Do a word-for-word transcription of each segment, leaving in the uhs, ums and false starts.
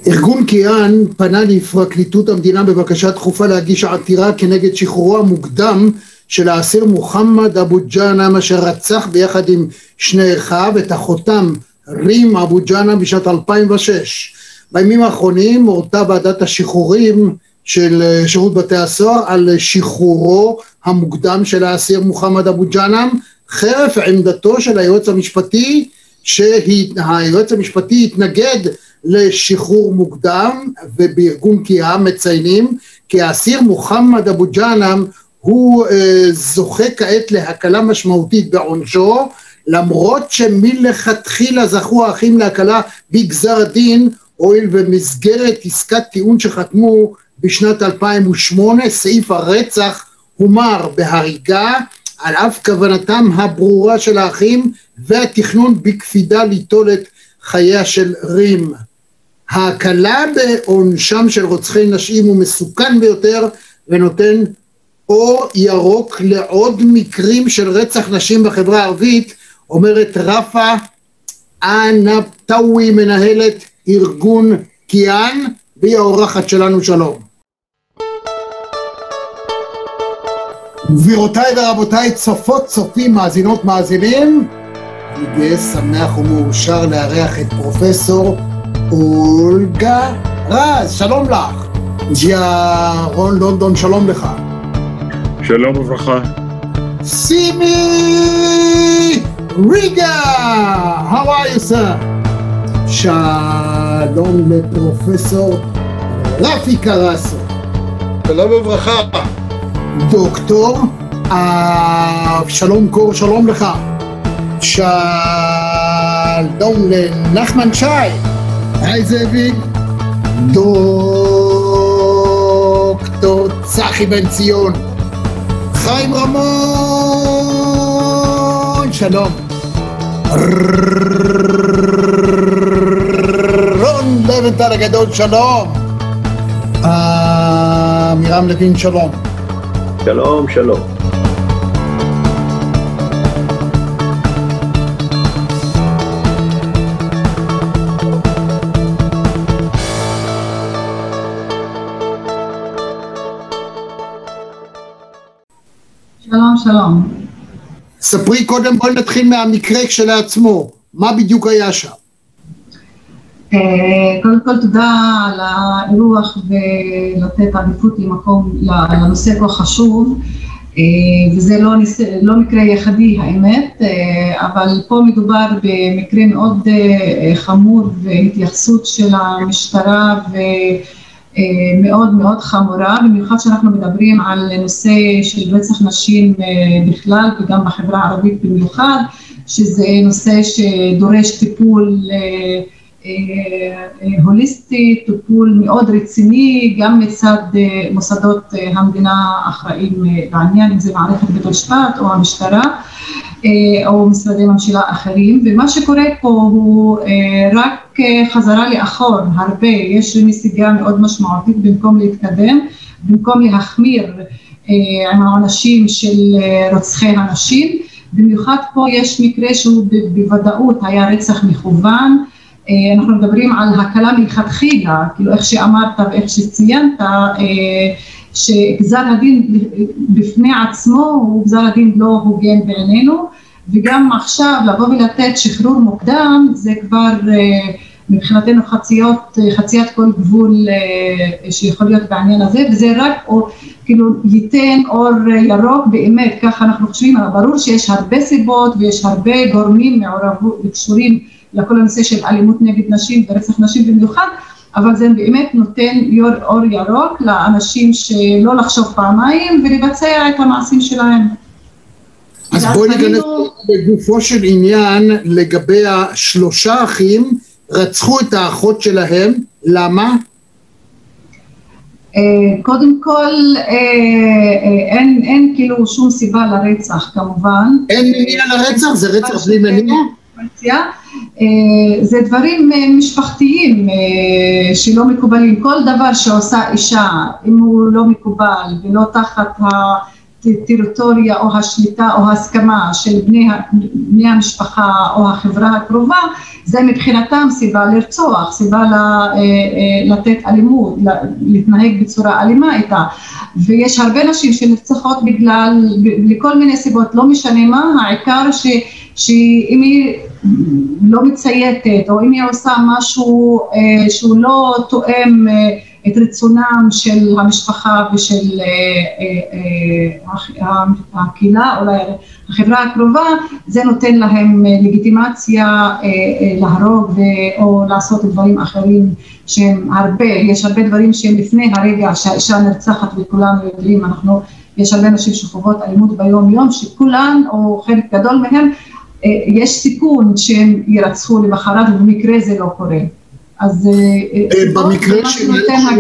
ארגון קיאן פנה לפרקליטות המדינה בבקשה דחופה להגיש עתירה כנגד שחרורו המוקדם של האסיר מוחמד אבו ג'אנם, אשר רצח ביחד עם שני אחיו את אחותם רים אבו ג'אנם בשנת אלפיים ושש. בימים האחרונים הורתה ועדת השחרורים של שירות בתי הסוהר על שחרורו המוקדם של האסיר מוחמד אבו ג'אנם, חרף עמדתו של היועץ המשפטי שהיועץ המשפטי התנגד לשחרור מוקדם. ובארגון קיאן מציינים כי האסיר מוחמד אבו ג'אנם הוא אה, זוכה כעת להקלה משמעותית בעונשו, למרות שמלכתחילה זכו האחים להקלה בגזר הדין, הואיל במסגרת עסקת טיעון שחתמו בשנת אלפיים ושמונה סעיף הרצח הומר בהריגה, על אף כוונתם הברורה של האחים והתכנון בקפידה ליטול את חייה של רים. ההקלה בעונשם של רוצחי נשים הוא מסוכן ביותר ונותן אור ירוק לעוד מקרים של רצח נשים בחברה הערבית, אומרת רפה אנבטאווי, מנהלת ארגון קיאן, והיא האורחת שלנו. שלום. גבירותיי ורבותיי, צופות צופים, מאזינות מאזינים, אני גאה, שמח ומאושר לארח את פרופסור אולגה רז. שלום לך. ג'ירון לונדון, שלום לך. שלום וברכה. סימי ריגה, how are you sir? שלום לפרופסור רפי קרסו. שלום וברכה. דוקטור אבשלום קור, שלום לך. שלום לנחמן שי. היי זאביק. דוקטור צחי בן ציון. חיים רמון, שלום. רון לבנטל הגדול, שלום. מירם לוין, שלום. שלום, שלום. שלום, שלום. ספרי קודם, בואי נתחיל מהמקרה כשלעצמו. מה בדיוק היה שם? קודם כל תודה על האירוח ולתת עדיפות למקום, לנושא כה חשוב, וזה לא, לא מקרה יחדי האמת, אבל פה מדובר במקרה מאוד חמור והתייחסות של המשטרה ומאוד מאוד חמורה, במיוחד שאנחנו מדברים על נושא של רצח נשים בכלל וגם בחברה הערבית במיוחד, שזה נושא שדורש טיפול הוליסטי, טיפול מאוד רציני, גם מצד מוסדות המדינה האחראים בעניין, אם זה מערכת בית המשפט או המשטרה או משרדי ממשלה אחרים. ומה שקורה פה הוא רק חזרה לאחור הרבה, יש נסיגה מאוד משמעותית במקום להתקדם, במקום להחמיר עם העונשים של רוצחי הנשים. במיוחד פה יש מקרה שהוא בוודאות היה רצח מכוון. אנחנו מדברים על הקלה מלכתחילה, כאילו איך שאמרת ואיך שציינת, שגזר הדין בפני עצמו הוא גזר הדין לא הוגן בעינינו, וגם עכשיו לבוא ולתת שחרור מוקדם זה כבר מבחינתנו חציות, חציית כל גבול שיכול להיות בעניין הזה, וזה רק או, כאילו ייתן אור ירוק באמת, ככה אנחנו חושבים. ברור שיש הרבה סיבות ויש הרבה גורמים מעורבים וקשורים לכל הנושא של אלימות נגד נשים ורצח נשים במיוחד, אבל זה באמת נותן יור, אור ירוק לאנשים שלא לחשוב פעמיים ולבצע את המעשים שלהם. אז בואי ניכנס בגופו של עניין לגבי השלושה אחים, רצחו את האחות שלהם, למה? קודם כל אין, אין כאילו שום סיבה לרצח כמובן. אין מניע לרצח? זה רצח בלי מניע? זה דברים משפחתיים שלא מקובלים. כל דבר שעושה אישה, אם הוא לא מקובל ולא תחת הטריטוריה או השליטה או ההסכמה של בני, בני המשפחה או החברה הקרובה, זה מבחינתם סיבה לרצוח, סיבה לתת אלימות, להתנהג בצורה אלימה איתה. ויש הרבה נשים שנרצחות בגלל, לכל מיני סיבות, לא משנה מה, העיקר ש, שאם היא לא מצייתת או אם היא עושה משהו שהוא לא תואם את רצונם של המשפחה ושל הקהילה או החברה הקרובה, זה נותן להם לגיטימציה להרוג או לעשות דברים אחרים שהם הרבה, יש הרבה דברים שהם לפני הרגע שהאישה נרצחת וכולנו יודעים, אנחנו, יש הרבה נשים שחוות אלימות ביום יום שכולן או חלק גדול מהם יש סיכון שהם ירצחו למחרת ובמקרה זה לא קורה. אז במקרה של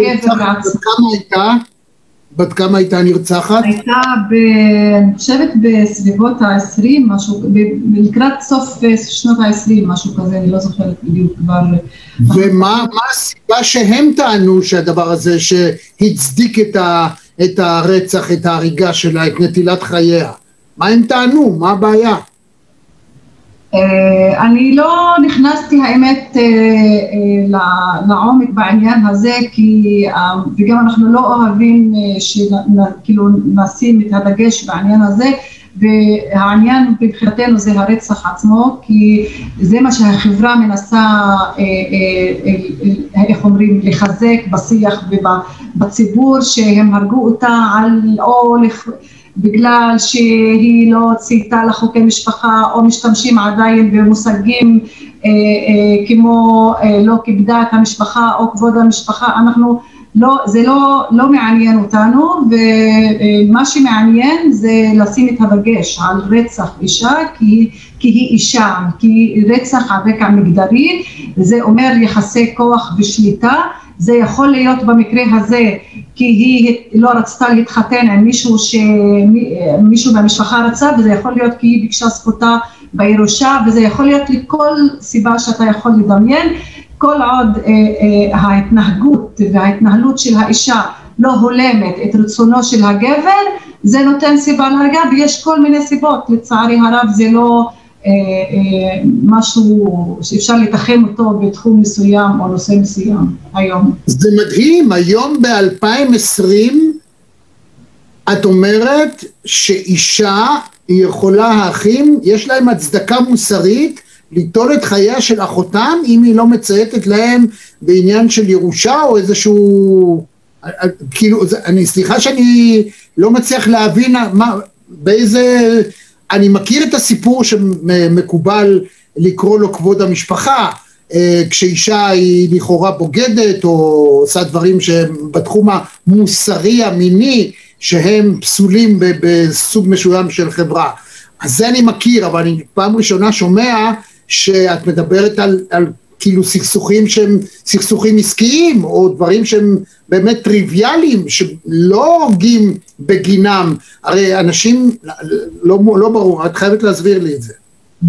בת כמה הייתה נרצחת? הייתה, אני חושבת בסביבות ה-עשרים, משהו, לקראת סוף שנות ה-עשרים, משהו כזה, אני לא זוכרת בדיוק כבר. ומה הסיבה שהם טענו שהדבר הזה שהצדיק את הרצח, את ההריגה שלה, את נטילת חייה? מה הם טענו? מה הבעיה? אני לא נכנסתי האמת לעומק בעניין הזה, כי וגם אנחנו לא אוהבים שכאילו נשים את הדגש בעניין הזה, והעניין מבחינתנו זה הרצח עצמו, כי זה מה שהחברה מנסה, איך אומרים, לחזק בשיח ובציבור, שהם הרגו אותה על או בגלל שהיא לא צייתה לחוקי משפחה, או משתמשים עדיין במושגים אה, אה, כמו אה, לא כיבדה את המשפחה או כבוד המשפחה. אנחנו לא, זה לא, לא מעניין אותנו, ומה שמעניין זה לשים את הדגש על רצח אישה, כי, כי היא אישה, כי רצח על רקע מגדרי, זה אומר יחסי כוח ושליטה. זה יכול להיות במקרה הזה כי היא לא רצתה להתחתן עם מישהו שמישהו מהמשפחה רצה, וזה יכול להיות כי היא ביקשה זכותה בירושה, וזה יכול להיות לכל סיבה שאתה יכול לדמיין. כל עוד אה, אה, ההתנהגות וההתנהלות של האישה לא הולמת את רצונו של הגבר, זה נותן סיבה להרגה, ויש כל מיני סיבות, לצערי הרב זה לא אה, אה, משהו שאפשר לתחם אותו בתחום מסוים או נושא מסוים היום. זה מדהים, היום ב-אלפיים ועשרים את אומרת שאישה יכולה, האחים, יש להם הצדקה מוסרית ליטול את חייה של אחותם אם היא לא מצייתת להם בעניין של ירושה או איזשהו, כאילו, אני סליחה שאני לא מצליח להבין מה, באיזה, אני מכיר את הסיפור שמקובל לקרוא לו כבוד המשפחה, כשאישה היא לכאורה בוגדת או עושה דברים שהם בתחום המוסרי המיני שהם פסולים בסוג מסוים של חברה. אז זה אני מכיר, אבל אני פעם ראשונה שומע שאת מדברת על, על כאילו סכסוכים שהם סכסוכים עסקיים, או דברים שהם באמת טריוויאליים, שלא הורגים בגינם. הרי אנשים, לא, לא ברור, את חייבת להסביר לי את זה.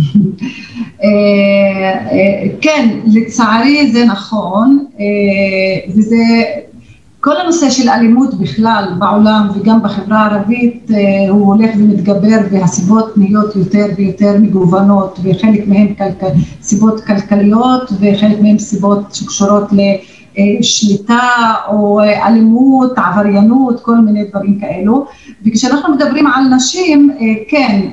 כן, לצערי זה נכון, וזה כל הנושא של אלימות בכלל בעולם וגם בחברה הערבית הוא הולך ומתגבר, והסיבות נהיות יותר ויותר מגוונות, וחלק מהם כלכל, סיבות כלכליות וחלק מהם סיבות שקשורות לשליטה או אלימות, עבריינות, כל מיני דברים כאלו. וכשאנחנו מדברים על נשים, כן,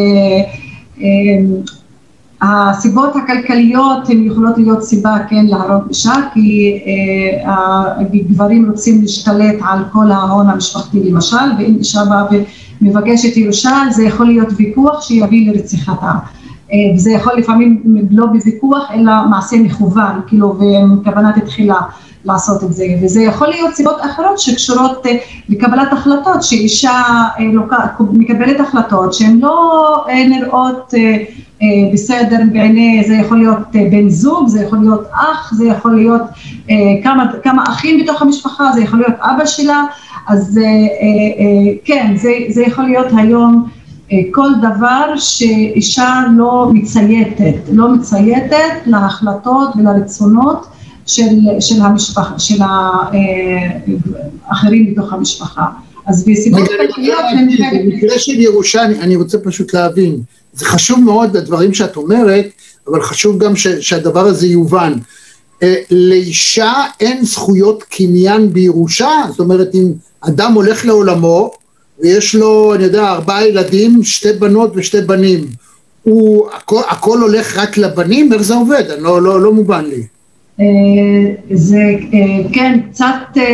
הסיבות הכלכליות הן יכולות להיות סיבה כן להרוג אישה, כי גברים רוצים להשתלט על כל ההון המשפחתי למשל, ואם אישה באה ומבקשת ירושה זה יכול להיות ויכוח שיביא לרציחתה, וזה יכול לפעמים לא בוויכוח אלא מעשה מכוון, כאילו וכוונת תחילה לעשות את זה, וזה יכול להיות סיבות אחרות שקשורות לקבלת החלטות, שאישה מקבלת החלטות שהן לא נראות בסדר בעיני, זה יכול להיות בן זוג, זה יכול להיות אח, זה יכול להיות כמה, כמה אחים בתוך המשפחה, זה יכול להיות אבא שלה, אז כן, זה, זה יכול להיות היום כל דבר שאישה לא מצייתת, לא מצייתת להחלטות ולרצונות של, של המשפחה, של האחרים בתוך המשפחה. אז בסיבות כלכליות... במקרה של ירושה, אני רוצה פשוט להבין, זה חשוב מאוד הדברים שאת אומרת, אבל חשוב גם שהדבר הזה יובן. לאישה אין זכויות קניין בירושה, זאת אומרת אם אדם הולך לעולמו, ויש לו, אני יודע, ארבעה ילדים, שתי בנות ושתי בנים, הוא, הכל, הכל הולך רק לבנים? איך זה עובד? לא, לא, לא מובן לי. זה כן, קצת,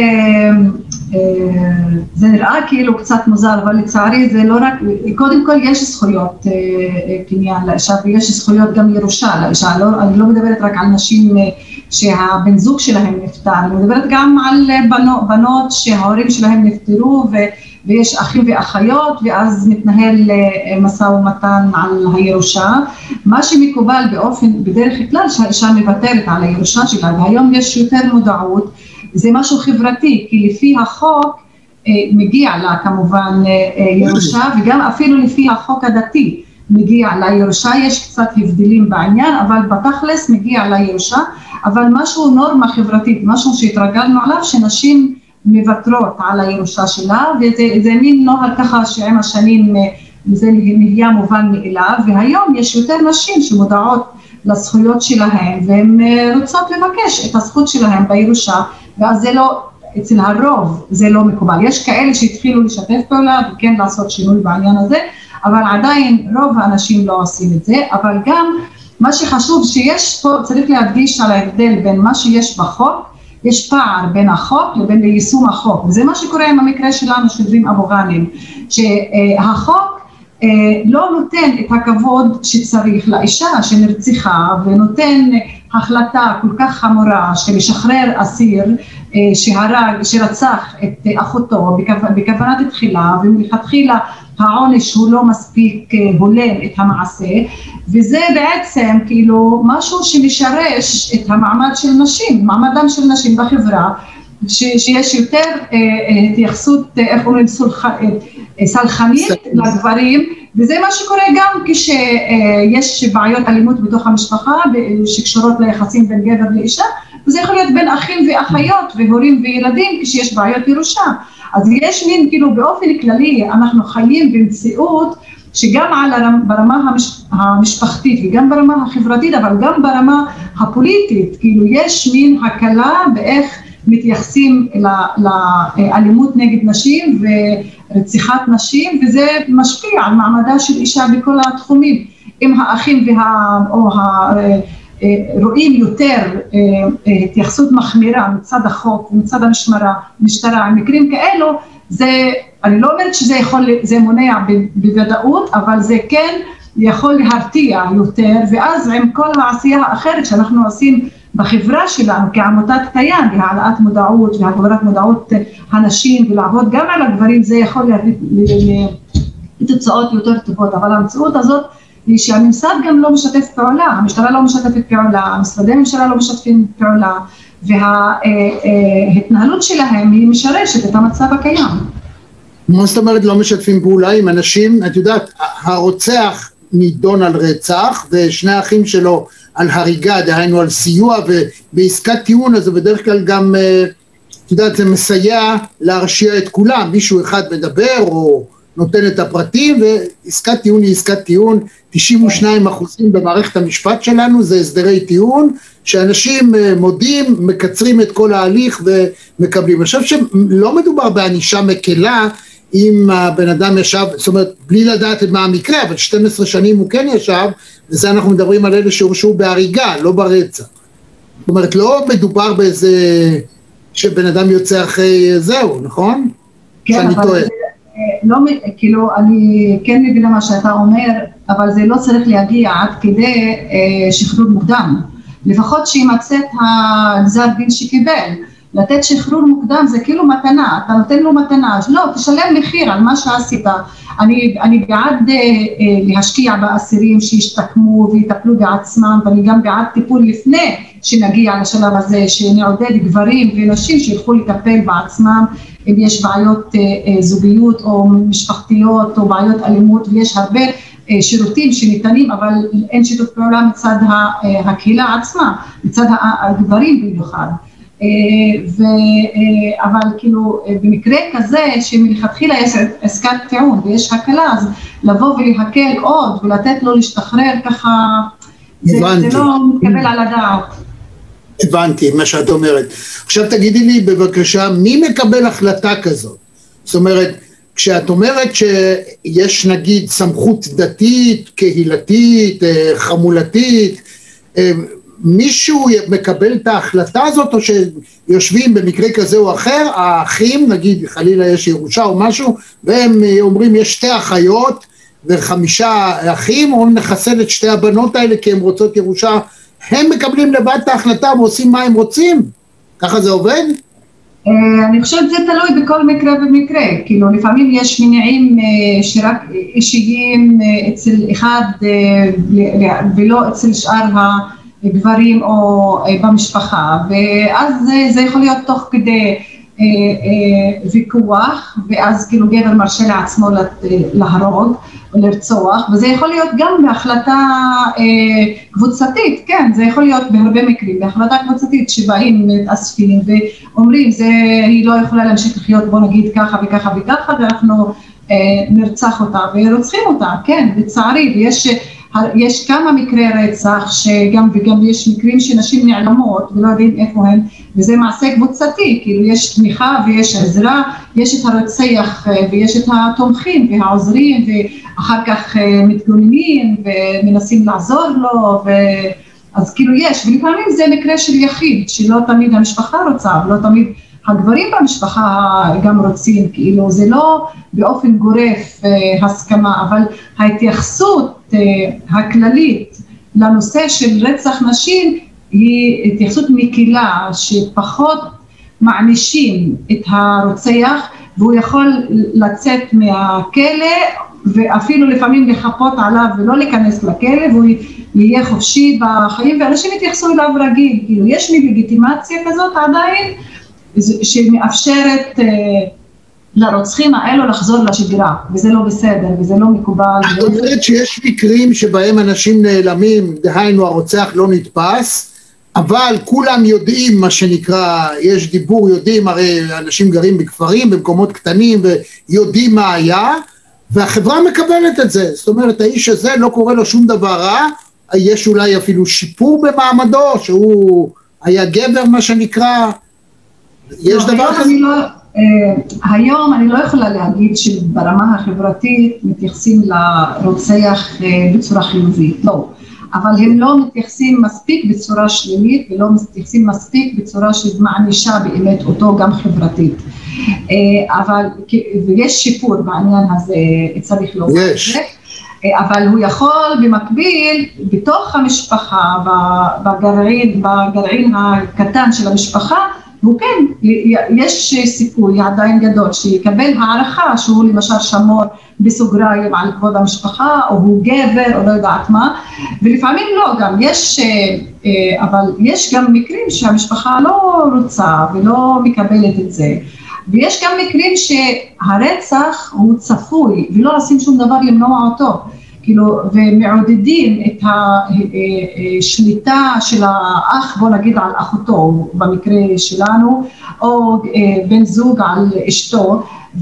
זה נראה כאילו קצת מוזר, אבל לצערי זה לא רק, קודם כל יש זכויות קניין לאישה, ויש זכויות גם ירושה לאישה, לא, אני לא מדברת רק על נשים שהבן זוג שלהם נפטר, אני מדברת גם על בנות, בנות שההורים שלהם נפטרו, ו ויש אחים ואחיות, ואז מתנהל משא ומתן על הירושה. מה שמקובל באופן, בדרך כלל שהאישה מוותרת על הירושה שלה, והיום יש יותר מודעות, זה משהו חברתי, כי לפי החוק מגיע לה כמובן ירושה, וגם אפילו לפי החוק הדתי מגיע לה ירושה, יש קצת הבדלים בעניין, אבל בתכלס מגיע לה ירושה, אבל משהו נורמה חברתית, משהו שהתרגלנו עליו, שנשים מבטרות על הירושה שלה, וזה מין נוהל ככה שעם השנים זה נהיה מובן מאליו, והיום יש יותר נשים שמודעות לזכויות שלהן, והן רוצות לבקש את הזכות שלהן בירושה, ואז זה לא, אצל הרוב זה לא מקובל. יש כאלה שהתחילו לשתף פעולה וכן לעשות שינוי בעניין הזה, אבל עדיין רוב האנשים לא עושים את זה, אבל גם מה שחשוב שיש פה, צריך להדגיש על ההבדל בין מה שיש בחוק, יש פער בין החוק לבין יישום החוק, וזה מה שקורה עם המקרה שלנו של רים אבו גאנם, שהחוק לא נותן את הכבוד שצריך לאישה שנרצחה, ונותן החלטה כל כך חמורה שמשחרר אסיר שהרג, שרצח את אחותו בכוונת תחילה, ומלכתחילה העונש הוא לא מספיק הולם את המעשה, וזה בעצם כאילו משהו שמשרש את המעמד של נשים, מעמדם של נשים בחברה, ש, שיש יותר התייחסות, איך אומרים, סלחנית לגברים, וזה מה שקורה גם כשיש בעיות אלימות בתוך המשפחה שקשורות ליחסים בין גבר לאישה, וזה יכול להיות בין אחים ואחיות והורים וילדים כשיש בעיות ירושה. אז יש מין, כאילו באופן כללי אנחנו חיים במציאות שגם על הרמה, ברמה המש, המשפחתית וגם ברמה החברתית, אבל גם ברמה הפוליטית, כאילו יש מין הקלה באיך מתייחסים לאלימות נגד נשים ורציחת נשים, וזה משפיע על מעמדה של אישה בכל התחומים. אם האחים וה, או ה, רואים יותר התייחסות מחמירה מצד החוק ומצד המשטרה, משטרה, מקרים כאלו, זה, אני לא אומרת שזה יכול, זה מונע בוודאות, אבל זה כן יכול להרתיע יותר, ואז עם כל העשייה האחרת שאנחנו עושים בחברה שלנו כעמותת קיין, להעלאת מודעות והגברת מודעות הנשים ולעבוד גם על הגברים, זה יכול להביא לתוצאות יותר טובות, אבל המציאות הזאת היא שהממסד גם לא משתף פעולה, המשטרה לא משתפת פעולה, המשרדי הממשלה לא משתפים פעולה, וההתנהלות שלהם היא משרשת את המצב הקיים. מה זאת אומרת לא משתפים פעולה עם אנשים? את יודעת, הרוצח נידון על רצח, ושני האחים שלו על הריגה, דהיינו על סיוע, ובעסקת טיעון, אז בדרך כלל גם, את יודעת, זה מסייע להרשיע את כולם, מישהו אחד מדבר או נותן את הפרטים, ועסקת טיעון היא עסקת טיעון, תשעים ושניים אחוזים במערכת המשפט שלנו, זה הסדרי טיעון, שאנשים מודים, מקצרים את כל ההליך ומקבלים. אני חושב שלא מדובר בענישה מקלה, אם הבן אדם ישב, זאת אומרת, בלי לדעת מה המקרה, אבל שתים עשרה שנים הוא כן ישב, וזה אנחנו מדברים על אלה שהורשעו בהריגה, לא ברצח. זאת אומרת, לא מדובר באיזה, שבן אדם יוצא אחרי זהו, נכון? כן, אבל זה, לא, כאילו, אני כן מבינה מה שאתה אומר, אבל זה לא צריך להגיע עד כדי אה, שחרור מוקדם. לפחות שימצא את הגזר דין שקיבל. לתת שחרור מוקדם זה כאילו מתנה, אתה נותן לו מתנה, לא, תשלם מחיר על מה שעשית. אני, אני בעד אה, להשקיע באסירים שישתקמו ויטפלו בעצמם, ואני גם בעד טיפול לפני שנגיע לשלב הזה, שנעודד גברים ונשים שילכו לטפל בעצמם, אם יש בעיות אה, אה, זוגיות או משפחתיות או בעיות אלימות, ויש הרבה אה, שירותים שניתנים, אבל אין שיתוף פעולה מצד הקהילה עצמה, מצד הגברים במיוחד. אבל כאילו במקרה כזה שמלכתחילה יש עסקת טיעון ויש הקלה, אז לבוא ולהקל עוד ולתת לו להשתחרר ככה, זה, זה לא מתקבל על הדעת. הבנתי מה שאת אומרת. עכשיו תגידי לי בבקשה, מי מקבל החלטה כזאת? זאת אומרת, כשאת אומרת שיש נגיד סמכות דתית, קהילתית, חמולתית, מישהו מקבל את ההחלטה הזאת, או שיושבים במקרה כזה או אחר, האחים, נגיד חלילה יש ירושה או משהו, והם אומרים יש שתי אחיות וחמישה אחים, או נחסל את שתי הבנות האלה כי הן רוצות ירושה, הם מקבלים לבד את ההחלטה ועושים מה הם רוצים? ככה זה עובד? אני חושבת זה תלוי בכל מקרה ומקרה, כאילו לפעמים יש מניעים שרק אישיים אצל אחד ולא אצל שאר הגברים או במשפחה, ואז זה יכול להיות תוך כדי ויכוח, ואז כאילו גבר מרשה לעצמו להרוג או לרצוח, וזה יכול להיות גם בהחלטה קבוצתית, כן, זה יכול להיות בהרבה מקרים, בהחלטה קבוצתית שבאים מתאספים ואומרים, זה, היא לא יכולה להמשיך לחיות, בוא נגיד ככה וככה וככה, ואנחנו נרצח אותה ורוצחים אותה, כן, לצערי, ויש יש כמה מקרי רצח שגם וגם יש מקרים שנשים נעלמות ולא יודעים איפה הן, וזה מעשה קבוצתי, כאילו יש תמיכה ויש עזרה, יש את הרוצח ויש את התומכים והעוזרים, ואחר כך מתגוננים ומנסים לעזור לו, אז כאילו יש, ולפעמים זה מקרה של יחיד שלא תמיד המשפחה רוצה ולא תמיד הגברים במשפחה גם רוצים, כאילו זה לא באופן גורף הסכמה, אבל ההתייחסות הכללית לנושא של רצח נשים היא התייחסות מקילה, שפחות מענישים את הרוצח והוא יכול לצאת מהכלא ואפילו לפעמים לחפות עליו ולא להיכנס לכלא והוא יהיה חופשי בחיים, ואנשים יתייחסו אליו רגיל, כאילו יש לגיטימציה כזאת עדיין שמאפשרת לרוצחים האלו לחזור לשגרה, וזה לא בסדר, וזה לא מקובל. את אומרת שיש מקרים שבהם אנשים נעלמים, דהיינו הרוצח לא נתפס, אבל כולם יודעים מה שנקרא, יש דיבור, יודעים, הרי אנשים גרים בכפרים, במקומות קטנים, ויודעים מה היה, והחברה מקבלת את זה, זאת אומרת, האיש הזה לא קורה לו שום דבר רע, יש אולי אפילו שיפור במעמדו, שהוא היה גבר מה שנקרא, יש לא, דבר כזה? לא, אה, היום אני לא יכולה להגיד שברמה החברתית מתייחסים לרוצח אה, בצורה חיובית, לא. אבל הם לא מתייחסים מספיק בצורה שלילית ולא מתייחסים מספיק בצורה שמענישה באמת אותו גם חברתית. אה, אבל, ויש שיפור בעניין הזה, צריך לומר. יש. אבל הוא יכול במקביל בתוך המשפחה, בגרעין, בגרעין הקטן של המשפחה, והוא כן, יש סיכוי עדיין גדול שיקבל הערכה שהוא למשל שמור בסוגריים על כבוד המשפחה, או הוא גבר, או לא יודעת מה, ולפעמים לא, גם יש, אבל יש גם מקרים שהמשפחה לא רוצה ולא מקבלת את זה, ויש גם מקרים שהרצח הוא צפוי ולא עושים שום דבר למנוע אותו, כאילו, ומעודדים את השליטה של האח, בוא נגיד על אחותו במקרה שלנו, או בן זוג על אשתו,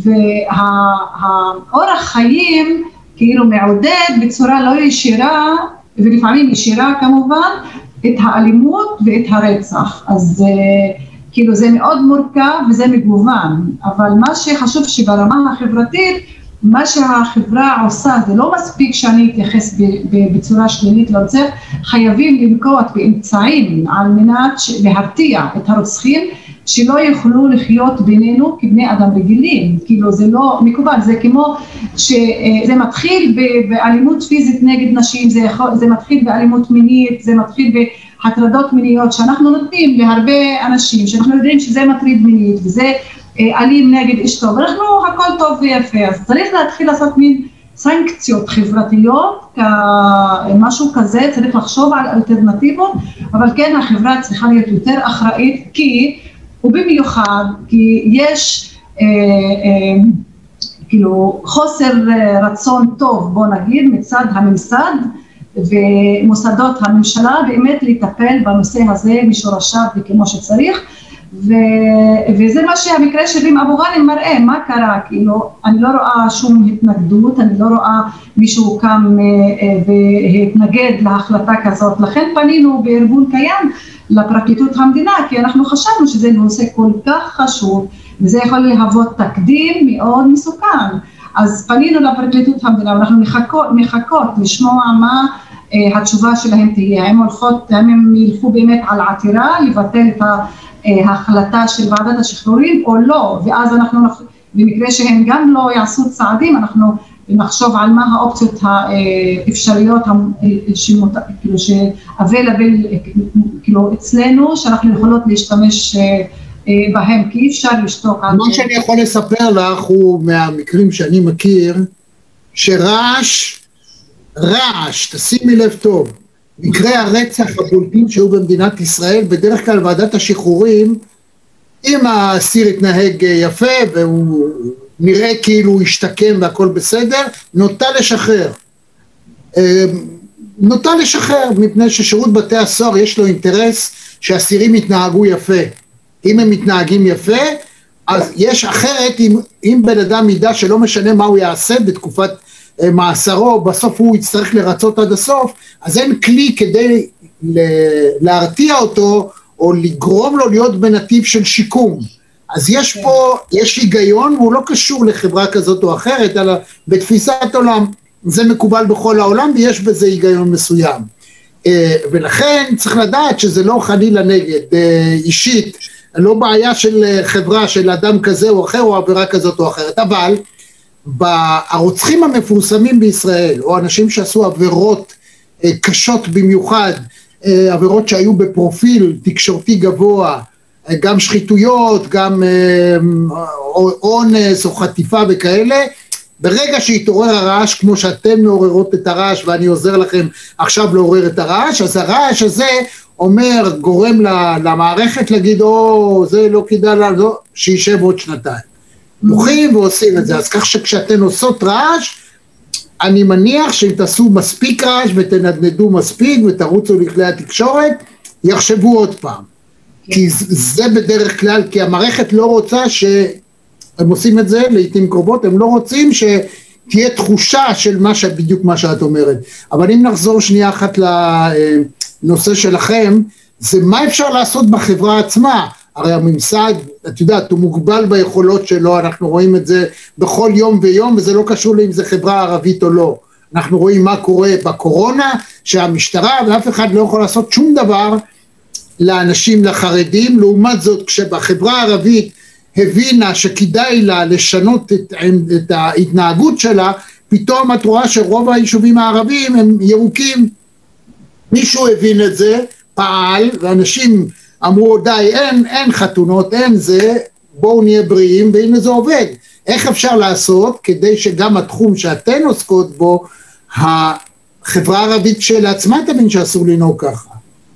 והאורח חיים כאילו מעודד בצורה לא ישירה, ולפעמים ישירה כמובן, את האלימות ואת הרצח. אז כאילו זה מאוד מורכב וזה מגוון, אבל מה שחשוב שברמה החברתית, מה שהחברה עושה זה לא מספיק שאני אתייחס בצורה שלילית לרוצח, חייבים לנקוט באמצעים על מנת להרתיע את הרוצחים שלא יוכלו לחיות בינינו כבני אדם רגילים, כאילו זה לא מקובל, זה כמו שזה מתחיל באלימות פיזית נגד נשים, זה, יכול, זה מתחיל באלימות מינית, זה מתחיל בהטרדות מיניות שאנחנו נותנים להרבה אנשים שאנחנו יודעים שזה מטריד מינית וזה אלים נגד אשתו, ואנחנו הכל טוב ויפה, אז צריך להתחיל לעשות מין סנקציות חברתיות, משהו כזה, צריך לחשוב על אלטרנטיבות, אבל כן החברה צריכה להיות יותר אחראית, כי, ובמיוחד, כי יש אה, אה, כאילו חוסר רצון טוב, בוא נגיד, מצד הממסד ומוסדות הממשלה, באמת לטפל בנושא הזה משורשיו וכמו שצריך, ו... וזה מה שהמקרה של רים אבו גאנם מראה, מה קרה, כאילו, אני לא רואה שום התנגדות, אני לא רואה מישהו קם והתנגד להחלטה כזאת, לכן פנינו בארגון קיים לפרקליטות המדינה, כי אנחנו חשבנו שזה נושא כל כך חשוב, וזה יכול להוות תקדים מאוד מסוכן, אז פנינו לפרקליטות המדינה, ואנחנו מחכות, מחכות לשמוע מה התשובה שלהם תהיה, הם הולכות, הם ילכו באמת על עתירה, לבטל את ההחלטה של ועדת השחרורים או לא, ואז אנחנו, במקרה שהם גם לא יעשו צעדים, אנחנו נחשוב על מה האופציות האפשריות כאילו ש-available כאילו אצלנו, שאנחנו יכולות להשתמש בהם, כי אי אפשר לשתוק. מה שאני יכול לספר לך הוא מהמקרים שאני מכיר, שרעש, רעש, תשימי לב טוב, מקרי הרצח הבולטים שהיו במדינת ישראל, בדרך כלל ועדת השחרורים, אם האסיר התנהג יפה והוא נראה כאילו הוא השתקם והכל בסדר, נוטה לשחרר. נוטה לשחרר, מפני ששירות בתי הסוהר יש לו אינטרס שהאסירים יתנהגו יפה. אם הם מתנהגים יפה, אז יש אחרת, אם, אם בן אדם ידע שלא משנה מה הוא יעשה בתקופת מאסרו, בסוף הוא יצטרך לרצות עד הסוף, אז אין כלי כדי להרתיע אותו, או לגרום לו להיות בנתיב של שיקום. אז יש פה, יש היגיון, והוא לא קשור לחברה כזאת או אחרת, אלא בתפיסת עולם, זה מקובל בכל העולם, ויש בזה היגיון מסוים. ולכן צריך לדעת שזה לא חלילה נגד, אישית, לא בעיה של חברה, של אדם כזה או אחר, או עבירה כזאת או אחרת, אבל הרוצחים המפורסמים בישראל, או אנשים שעשו עבירות קשות במיוחד, עבירות שהיו בפרופיל תקשורתי גבוה, גם שחיתויות, גם אונס או חטיפה וכאלה, ברגע שהתעורר הרעש, כמו שאתם מעוררות את הרעש, ואני עוזר לכם עכשיו לעורר את הרעש, אז הרעש הזה אומר, גורם למערכת להגיד, או, זה לא כדאי לה, לא, שישב עוד שנתיים. מוחים ועושים את זה, אז כך שכשאתן עושות רעש, אני מניח שאם תעשו מספיק רעש ותנדנדו מספיק ותרוצו לכלי התקשורת, יחשבו עוד פעם. כי זה בדרך כלל, כי המערכת לא רוצה שהם עושים את זה לעתים קרובות, הם לא רוצים שתהיה תחושה של מה שבדיוק מה שאת אומרת. אבל אם נחזור שנייה אחת לנושא שלכם, זה מה אפשר לעשות בחברה עצמה. הרי הממסד, את יודעת, הוא מוגבל ביכולות שלו, אנחנו רואים את זה בכל יום ויום, וזה לא קשור לאם זה חברה ערבית או לא. אנחנו רואים מה קורה בקורונה, שהמשטרה ואף אחד לא יכול לעשות שום דבר לאנשים, לחרדים, לעומת זאת כשבחברה הערבית הבינה שכדאי לה לשנות את, את ההתנהגות שלה, פתאום את רואה שרוב היישובים הערביים הם ירוקים. מישהו הבין את זה, פעל, ואנשים אמרו די, אין, אין חתונות, אין זה, בואו נהיה בריאים, והנה זה עובד. איך אפשר לעשות כדי שגם התחום שאתן עוסקות בו, החברה הערבית של עצמה תבין שאסור לנהוג ככה?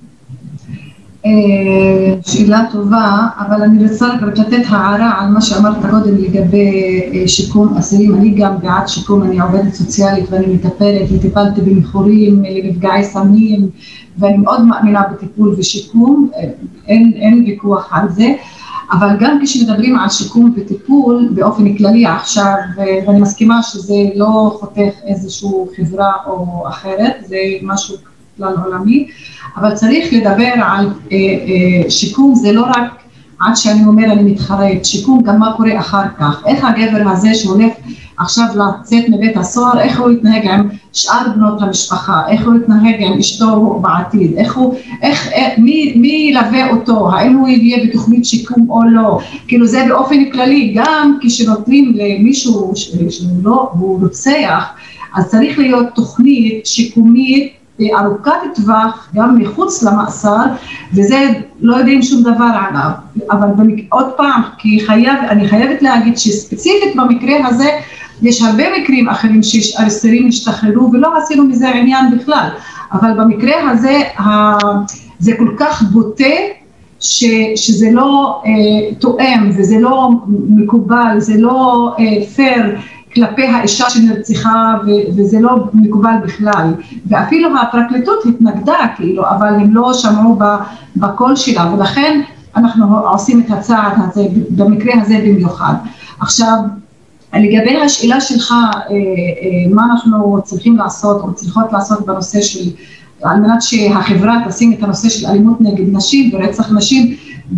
שאלה טובה, אבל אני רוצה לתת הערה על מה שאמרת קודם לגבי שיקום אסירים. אני גם בעד שיקום, אני עובדת סוציאלית ואני מטפלת, וטיפלתי במכורים למפגעי סמים, ואני מאוד מאמינה בטיפול ושיקום, אין, אין ויכוח על זה, אבל גם כשמדברים על שיקום וטיפול באופן כללי עכשיו, ואני מסכימה שזה לא חותך איזשהו חברה או אחרת, זה משהו כלל עולמי, אבל צריך לדבר על אה, אה, שיקום, זה לא רק עד שאני אומר אני מתחרט, שיקום גם מה קורה אחר כך, איך הגבר הזה שהולך עכשיו לצאת מבית הסוהר, איך הוא יתנהג עם שאר בנות המשפחה, איך הוא יתנהג עם אשתו בעתיד, איך הוא, איך, איך, מי, מי ילווה אותו, האם הוא יהיה בתוכנית שיקום או לא, כאילו זה באופן כללי, גם כשנותנים למישהו שהוא לא, הוא רוצח, אז צריך להיות תוכנית שיקומית, ארוכת טווח, גם מחוץ למאסר, וזה לא יודעים שום דבר עליו, אבל במק... עוד פעם, כי חייב, אני חייבת להגיד שספציפית במקרה הזה, יש הרבה מקרים אחרים שהאסירים השתחררו, ולא עשינו מזה עניין בכלל, אבל במקרה הזה, ה... זה כל כך בוטה, ש... שזה לא אה, תואם, וזה לא מקובל, זה לא אה, פייר, כלפי האישה שנרצחה, ו- וזה לא מקובל בכלל, ואפילו הפרקליטות התנגדה כאילו, אבל הם לא שמעו בקול שלה, ולכן אנחנו עושים את הצעד הזה, במקרה הזה במיוחד. עכשיו, לגבי השאלה שלך, מה אנחנו צריכים לעשות או צריכות לעשות בנושא של, על מנת שהחברה תשים את הנושא של אלימות נגד נשים ורצח נשים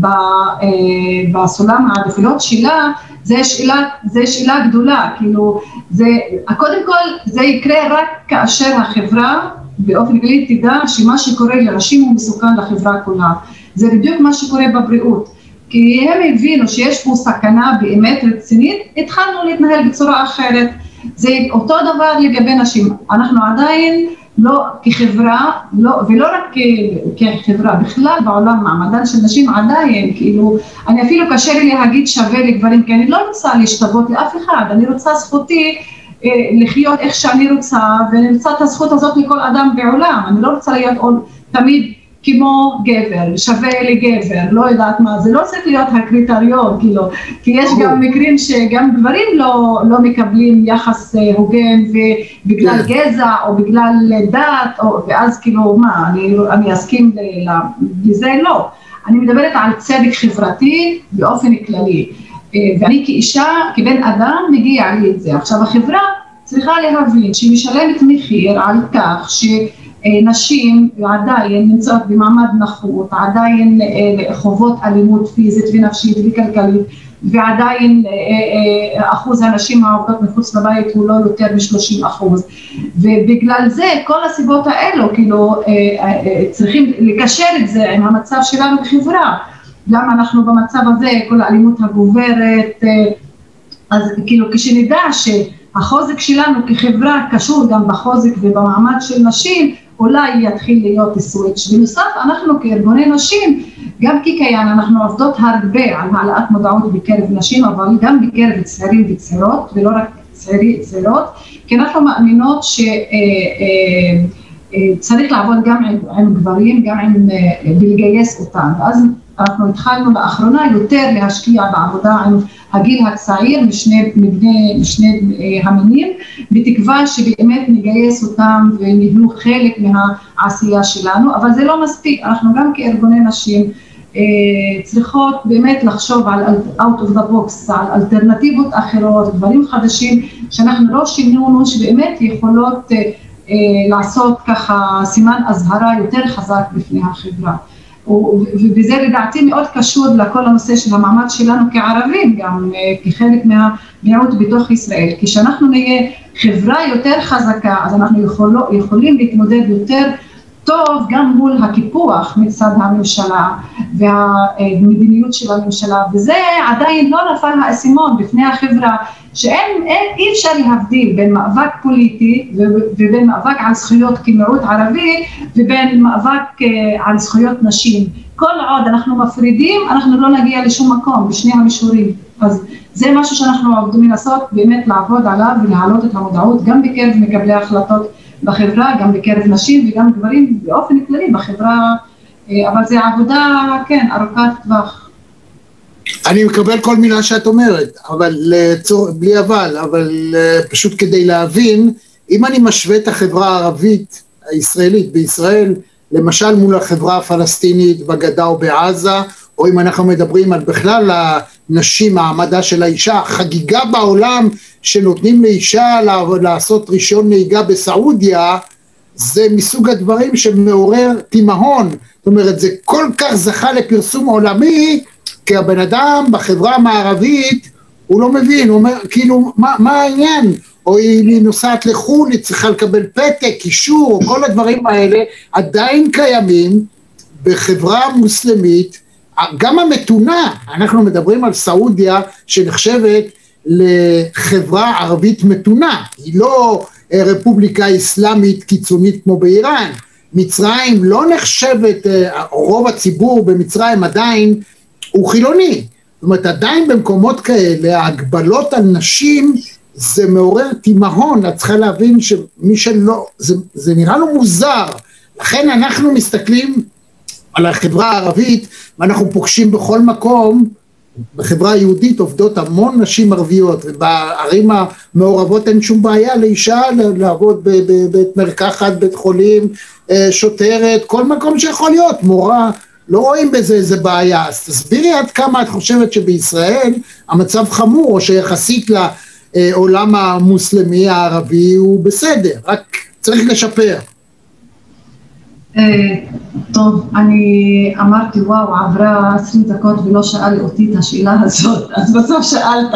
בסולם העדיפויות שלה, זה שאלה, זה שאלה גדולה, כאילו, זה, קודם כל זה יקרה רק כאשר החברה באופן כללי תדע שמה שקורה לנשים הוא מסוכן לחברה כולה. זה בדיוק מה שקורה בבריאות. כי הם הבינו שיש פה סכנה באמת רצינית, התחלנו להתנהל בצורה אחרת. זה אותו דבר לגבי נשים. אנחנו עדיין לא כחברה, לא, ולא רק כחברה, בכלל בעולם מעמדן של נשים עדיין, כאילו, אני אפילו קשה לי להגיד שווה לגברים, כי אני לא רוצה להשתוות לאף אחד, אני רוצה זכותי לחיות איך שאני רוצה, ואני רוצה את הזכות הזאת לכל אדם בעולם, אני לא רוצה להיות תמיד כמו גבר, שווה לגבר, לא יודעת מה, זה לא צריך להיות הקריטריון, כאילו, כי יש גם מקרים שגם גברים לא, לא מקבלים יחס הוגן, ובגלל גזע או בגלל דת, או, ואז כאילו, מה, אני, אני אסכים לזה? לא. אני מדברת על צדק חברתי באופן כללי, ואני כאישה, כבן אדם, מגיע לי את זה. עכשיו, החברה צריכה להבין שהיא משלמת מחיר על כך ש... נשים עדיין נמצאות במעמד נחות, עדיין חוות אלימות פיזית ונפשית וכלכלית, ועדיין אחוז הנשים העובדות מחוץ לבית הוא לא יותר מ-שלושים אחוז, ובגלל זה כל הסיבות האלו כאילו צריכים לקשר את זה עם המצב שלנו בחברה. למה אנחנו במצב הזה, כל האלימות הגוברת, אז כאילו כשנדע שהחוזק שלנו כחברה קשור גם בחוזק ובמעמד של נשים, אולי יתחיל להיות סוויץ'. בנוסף, אנחנו כארגוני נשים, גם כקיין, אנחנו עובדות הרבה על העלאת מודעות בקרב נשים, אבל גם בקרב צעירים וצעירות, ולא רק צעירים וצעירות, כי אנחנו מאמינות שצריך לעבוד גם עם גברים, גם עם בלגייס אותם. אז אנחנו התחלנו לאחרונה יותר להשקיע בעבודה עם הגיל הצעיר משני, מבני, משני המינים, בתקווה שבאמת נגייס אותם ונהיו חלק מהעשייה שלנו, אבל זה לא מספיק. אנחנו גם כארגוני נשים צריכות באמת לחשוב על out of the box, על אלטרנטיבות אחרות, דברים חדשים שאנחנו לא שינינו, שבאמת יכולות לעשות ככה סימן אזהרה יותר חזק בפני החברה. ובזה לדעתי מאוד קשור לכל הנושא של המעמד שלנו כערבים, גם כחלק מהמיעוט בתוך ישראל. כשאנחנו נהיה חברה יותר חזקה, אז אנחנו יכול, יכולים להתמודד יותר טוב גם מול הקיפוח מצד הממשלה והמדיניות של הממשלה, וזה עדיין לא נפל האסימון בפני החברה, שאין אין, אי אפשר להבדיל בין מאבק פוליטי ובין מאבק על זכויות כמיעוט ערבי ובין מאבק על זכויות נשים. כל עוד אנחנו מפרידים, אנחנו לא נגיע לשום מקום בשני המישורים. אז זה משהו שאנחנו עובדים לעשות, באמת לעבוד עליו ולהעלות את המודעות גם בקרב מקבלי ההחלטות בחברה, גם בקרב נשים וגם גברים באופן כללי בחברה, אבל זה עבודה, כן, ארוכת טווח. אני מקבל כל מילה שאת אומרת, אבל לצור, בלי אבל, אבל פשוט כדי להבין, אם אני משווה את החברה הערבית הישראלית בישראל, למשל מול החברה הפלסטינית בגדה או בעזה, או אם אנחנו מדברים על בכלל הנשים, העמדה של האישה, החגיגה בעולם שנותנים לאישה לעשות רישיון נהיגה בסעודיה, זה מסוג הדברים שמעורר תימהון. זאת אומרת, זה כל כך זכה לפרסום עולמי, כי הבן אדם בחברה המערבית, הוא לא מבין, הוא אומר, כאילו, מה, מה העניין? או היא נוסעת לחו"ל, היא צריכה לקבל פתק, אישור, או כל הדברים האלה, עדיין קיימים בחברה מוסלמית, גם המתונה. אנחנו מדברים על סעודיה, שנחשבת לחברה ערבית מתונה, היא לא רפובליקה אסלאמית קיצונית כמו באיראן. מצרים לא נחשבת, רוב הציבור במצרים עדיין הוא חילוני, זאת אומרת עדיין במקומות כאלה ההגבלות על נשים זה מעורר תימהון. את צריכה להבין שמי שלא, זה, זה נראה לו מוזר, לכן אנחנו מסתכלים על החברה הערבית ואנחנו פוגשים בכל מקום, בחברה היהודית עובדות המון נשים ערביות, ובערים המעורבות אין שום בעיה לאישה לעבוד בבית מרקחת, בית חולים, שוטרת, כל מקום שיכול להיות, מורה, לא רואים בזה איזה בעיה. אז תסבירי עד כמה את חושבת שבישראל המצב חמור, או שיחסית לעולם המוסלמי הערבי הוא בסדר, רק צריך לשפר. טוב, אני אמרתי וואו, עברה עשרים דקות ולא שאל אותי את השאלה הזאת, אז בסוף שאלת.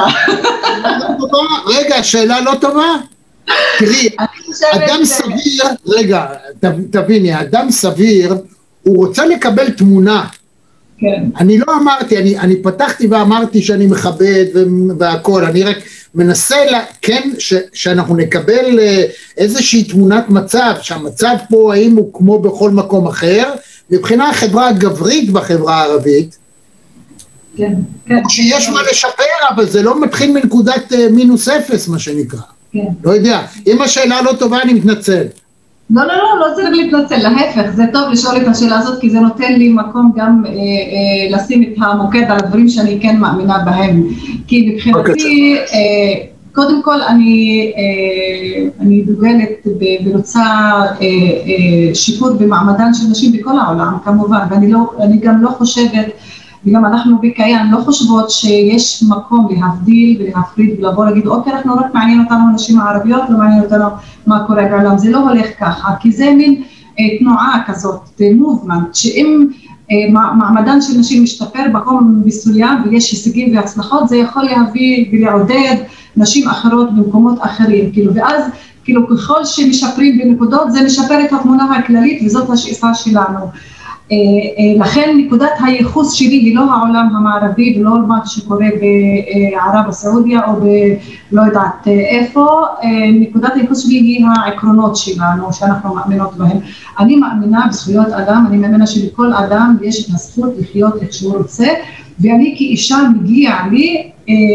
רגע, שאלה לא טובה? תראי, אדם סביר, רגע, תביני, אדם סביר, הוא רוצה לקבל תמונה. כן. אני לא אמרתי, אני, אני פתחתי ואמרתי שאני מכבד והכל, אני רק מנסה, לה, כן, ש, שאנחנו נקבל איזושהי תמונת מצב, שהמצב פה האם הוא כמו בכל מקום אחר, מבחינה החברה הגברית בחברה הערבית, כן, כן. שיש מה לשפר, אבל זה לא מתחיל מנקודת מינוס אפס, מה שנקרא. כן. לא יודע, אם השאלה לא טובה אני מתנצל. לא, לא, לא, לא צריך להתנצל, להפך, זה טוב לשאול את השאלה הזאת, כי זה נותן לי מקום גם אה, אה, לשים את המוקד על הדברים שאני כן מאמינה בהם, כי מבחינתי, אה, קודם כל אני, אה, אני דוגלת ורוצה אה, אה, שיפור במעמדן של נשים בכל העולם, כמובן, ואני לא, אני גם לא חושבת, וגם אנחנו בקיין לא חושבות שיש מקום להבדיל ולהפריד ולבוא להגיד אוקיי, אנחנו רק מעניין אותנו הנשים הערביות, לא מעניין אותנו מה קורה בעולם, זה לא הולך ככה, כי זה מין אה, תנועה כזאת, מובמנט, שאם אה, מעמדן של נשים משתפר במקום מסוים ויש הישגים והצלחות, זה יכול להביא ולעודד נשים אחרות במקומות אחרים, כאילו, ואז כאילו ככל שמשפרים בנקודות זה משפר את התמונה הכללית וזאת השאיפה שלנו. לכן נקודת הייחוס שלי היא לא העולם המערבי ולא מה שקורה בערב הסעודיה או בלא יודעת איפה, נקודת הייחוס שלי היא העקרונות שלנו שאנחנו מאמינות בהם. אני מאמינה בזכויות אדם, אני מאמינה שלכל אדם יש את הזכות לחיות איך שהוא רוצה, ואני כאישה מגיע לי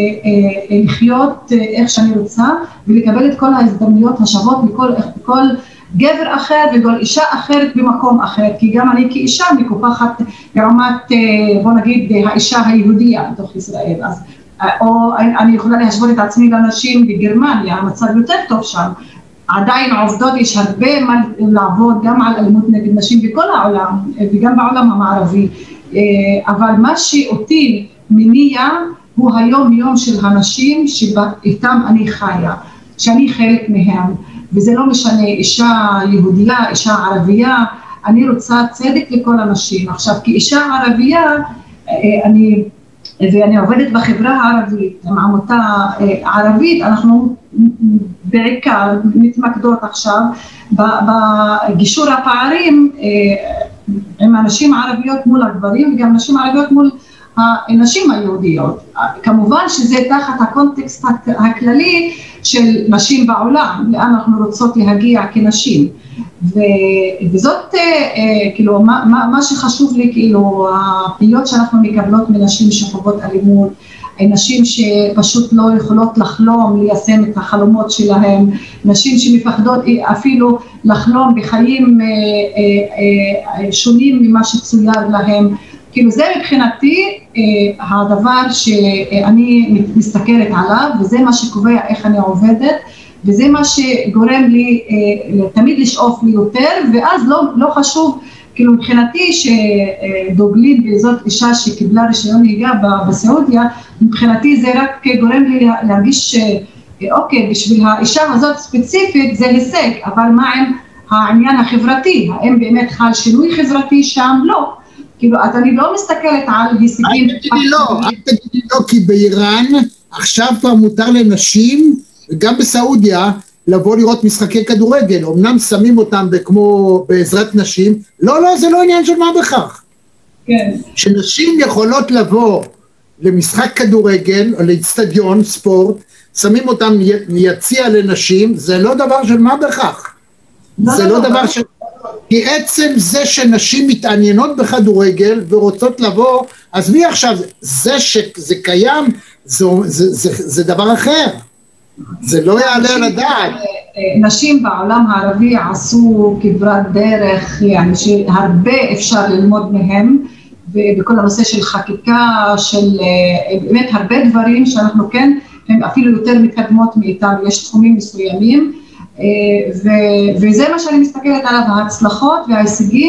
לחיות איך שאני רוצה ולקבל את כל ההזדמנויות השוות מכל כל גבר אחר וכל אישה אחרת במקום אחר, כי גם אני כאישה מקופחת ברמת, בוא נגיד, האישה היהודיה בתוך ישראל, אז, או אני יכולה להשוות את עצמי לנשים בגרמניה, המצב יותר טוב שם, עדיין עובדות, יש הרבה מה לעבוד גם על אלימות נגד נשים בכל העולם וגם בעולם המערבי, אבל מה שאותי מניע הוא היום יום של הנשים שאיתם אני חיה, שאני חלק מהם, וזה לא משנה אישה יהודייה, אישה ערבייה, אני רוצה צדק לכל הנשים. עכשיו כאישה ערבייה, אני, ואני עובדת בחברה הערבית, עם עמותה ערבית, אנחנו בעיקר מתמקדות עכשיו בגישור הפערים עם הנשים הערביות מול הגברים, וגם נשים ערביות מול הנשים היהודיות. כמובן שזה תחת הקונטקסט הכללי של נשים בעולם, לאן אנחנו רוצות להגיע כנשים, וזאת כאילו מה, מה, מה שחשוב לי, כאילו הפניות שאנחנו מקבלות מנשים שחוות אלימות, נשים שפשוט לא יכולות לחלום ליישם את החלומות שלהם, נשים שמפחדות אפילו לחלום בחיים שונים ממה שצויר להם, כאילו זה מבחינתי הדבר שאני מסתכלת עליו, וזה מה שקובע איך אני עובדת, וזה מה שגורם לי תמיד לשאוף לי יותר, ואז לא, לא חשוב, כאילו מבחינתי שדוגלים בזאת אישה שקיבלה רישיון נהיגה בסעודיה, מבחינתי זה רק גורם לי להרגיש אוקיי, בשביל האישה הזאת ספציפית זה הישג, אבל מה עם העניין החברתי? האם באמת חל שינוי חברתי שם? לא. כאילו, אז אני לא מסתכלת על הישגים. אל תגידי לא, אל תגידי לא, כי באיראן עכשיו כבר מותר לנשים, וגם בסעודיה, לבוא לראות משחקי כדורגל, אמנם שמים אותם כמו בעזרת נשים, לא, לא, זה לא עניין של מה בכך. כן. שנשים יכולות לבוא למשחק כדורגל, או לאצטדיון, ספורט, שמים אותם יציע לנשים, זה לא דבר של מה בכך. לא, זה לא, לא לא דבר של... כי עצם זה שנשים מתעניינות בכדורגל ורוצות לבוא, אז מי עכשיו, זה שזה קיים, זה, זה, זה, זה דבר אחר. זה לא יעלה על הדעת. נשים בעולם הערבי עשו כברת דרך, yani שהרבה אפשר ללמוד מהם, ובכל הנושא של חקיקה, של באמת הרבה דברים שאנחנו כן, הם אפילו יותר מתקדמות מאיתנו, יש תחומים מסוימים, ו- וזה מה שאני מסתכלת עליו, ההצלחות וההישגים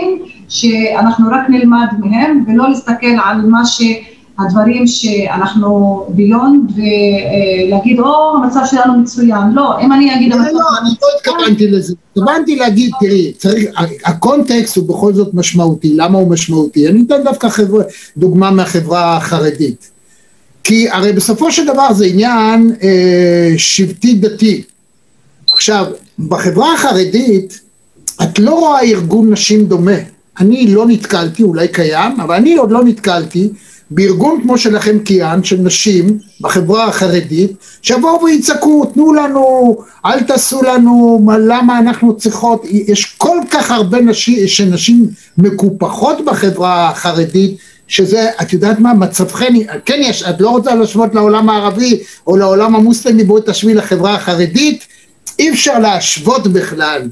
שאנחנו רק נלמד מהם ולא להסתכל על מה שהדברים שאנחנו ביונד ולהגיד או המצב שלנו מצוין. לא, אם אני אגיד לא, לא, אני לא התכוונתי לזה, התכוונתי להגיד, תראי, צריך, הקונטקסט הוא בכל זאת משמעותי. למה הוא משמעותי? אני אתן דווקא חברה, דוגמה מהחברה החרדית, כי הרי בסופו של דבר זה עניין אה, שבטי דתי. עכשיו, בחברה החרדית את לא רואה ארגון נשים דומה. אני לא נתקלתי, אולי קיים, אבל אני עוד לא נתקלתי בארגון כמו שלכם קיין, של נשים בחברה החרדית, שבואו ויצעקו, תנו לנו, אל תעשו לנו, למה אנחנו צריכות, יש כל כך הרבה נשים, שנשים מקופחות בחברה החרדית, שזה, את יודעת מה, מצבכן, כן יש, את לא רוצה להשוות לעולם הערבי, או לעולם המוסלמי, בואו תשווי לחברה החרדית, אי אפשר להשוות בכלל,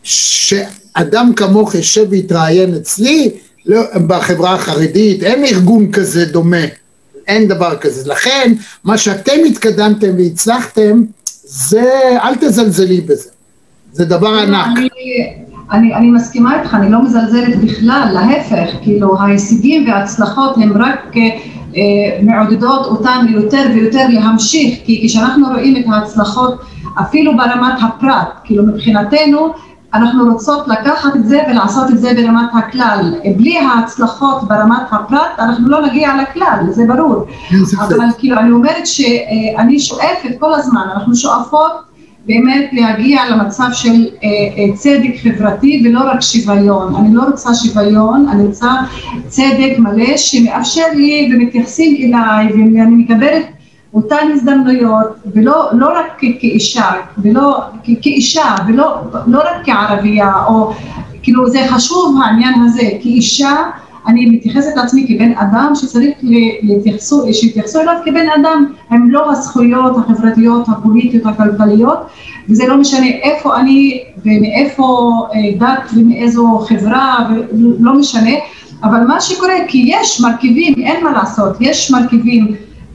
שאדם כמוך יושב והתראיין אצלי, לא, בחברה החרדית, אין ארגון כזה דומה, אין דבר כזה, לכן מה שאתם התקדמתם והצלחתם, זה, אל תזלזלי בזה, זה דבר ענק. אני, אני, אני מסכימה איתך, אני לא מזלזלת בכלל, להפך, כאילו ההישגים וההצלחות הם רק אה, מעודדות אותנו יותר ויותר להמשיך, כי כשאנחנו רואים את ההצלחות אפילו ברמת הפרט, כאילו מבחינתנו, אנחנו רוצות לקחת את זה ולעשות את זה ברמת הכלל. בלי ההצלחות ברמת הפרט, אנחנו לא נגיע לכלל, זה ברור. אבל כאילו אני אומרת שאני שואפת כל הזמן, אנחנו שואפות באמת להגיע למצב של צדק חברתי ולא רק שוויון. אני לא רוצה שוויון, אני רוצה צדק מלא שמאפשר לי ומתייחסים אליי ואני מקבלת אותן הזדמנויות, ולא לא רק כאישה, ולא כאישה, ולא לא רק כערבייה, או כאילו זה חשוב העניין הזה, כאישה אני מתייחסת לעצמי כבן אדם שצריך להתייחסו, שיתייחסו אליו כבן אדם, הם לא הזכויות החברתיות, הפוליטיות, הכלכליות, וזה לא משנה איפה אני ומאיפה דת ומאיזו חברה, לא משנה, אבל מה שקורה, כי יש מרכיבים, אין מה לעשות, יש מרכיבים,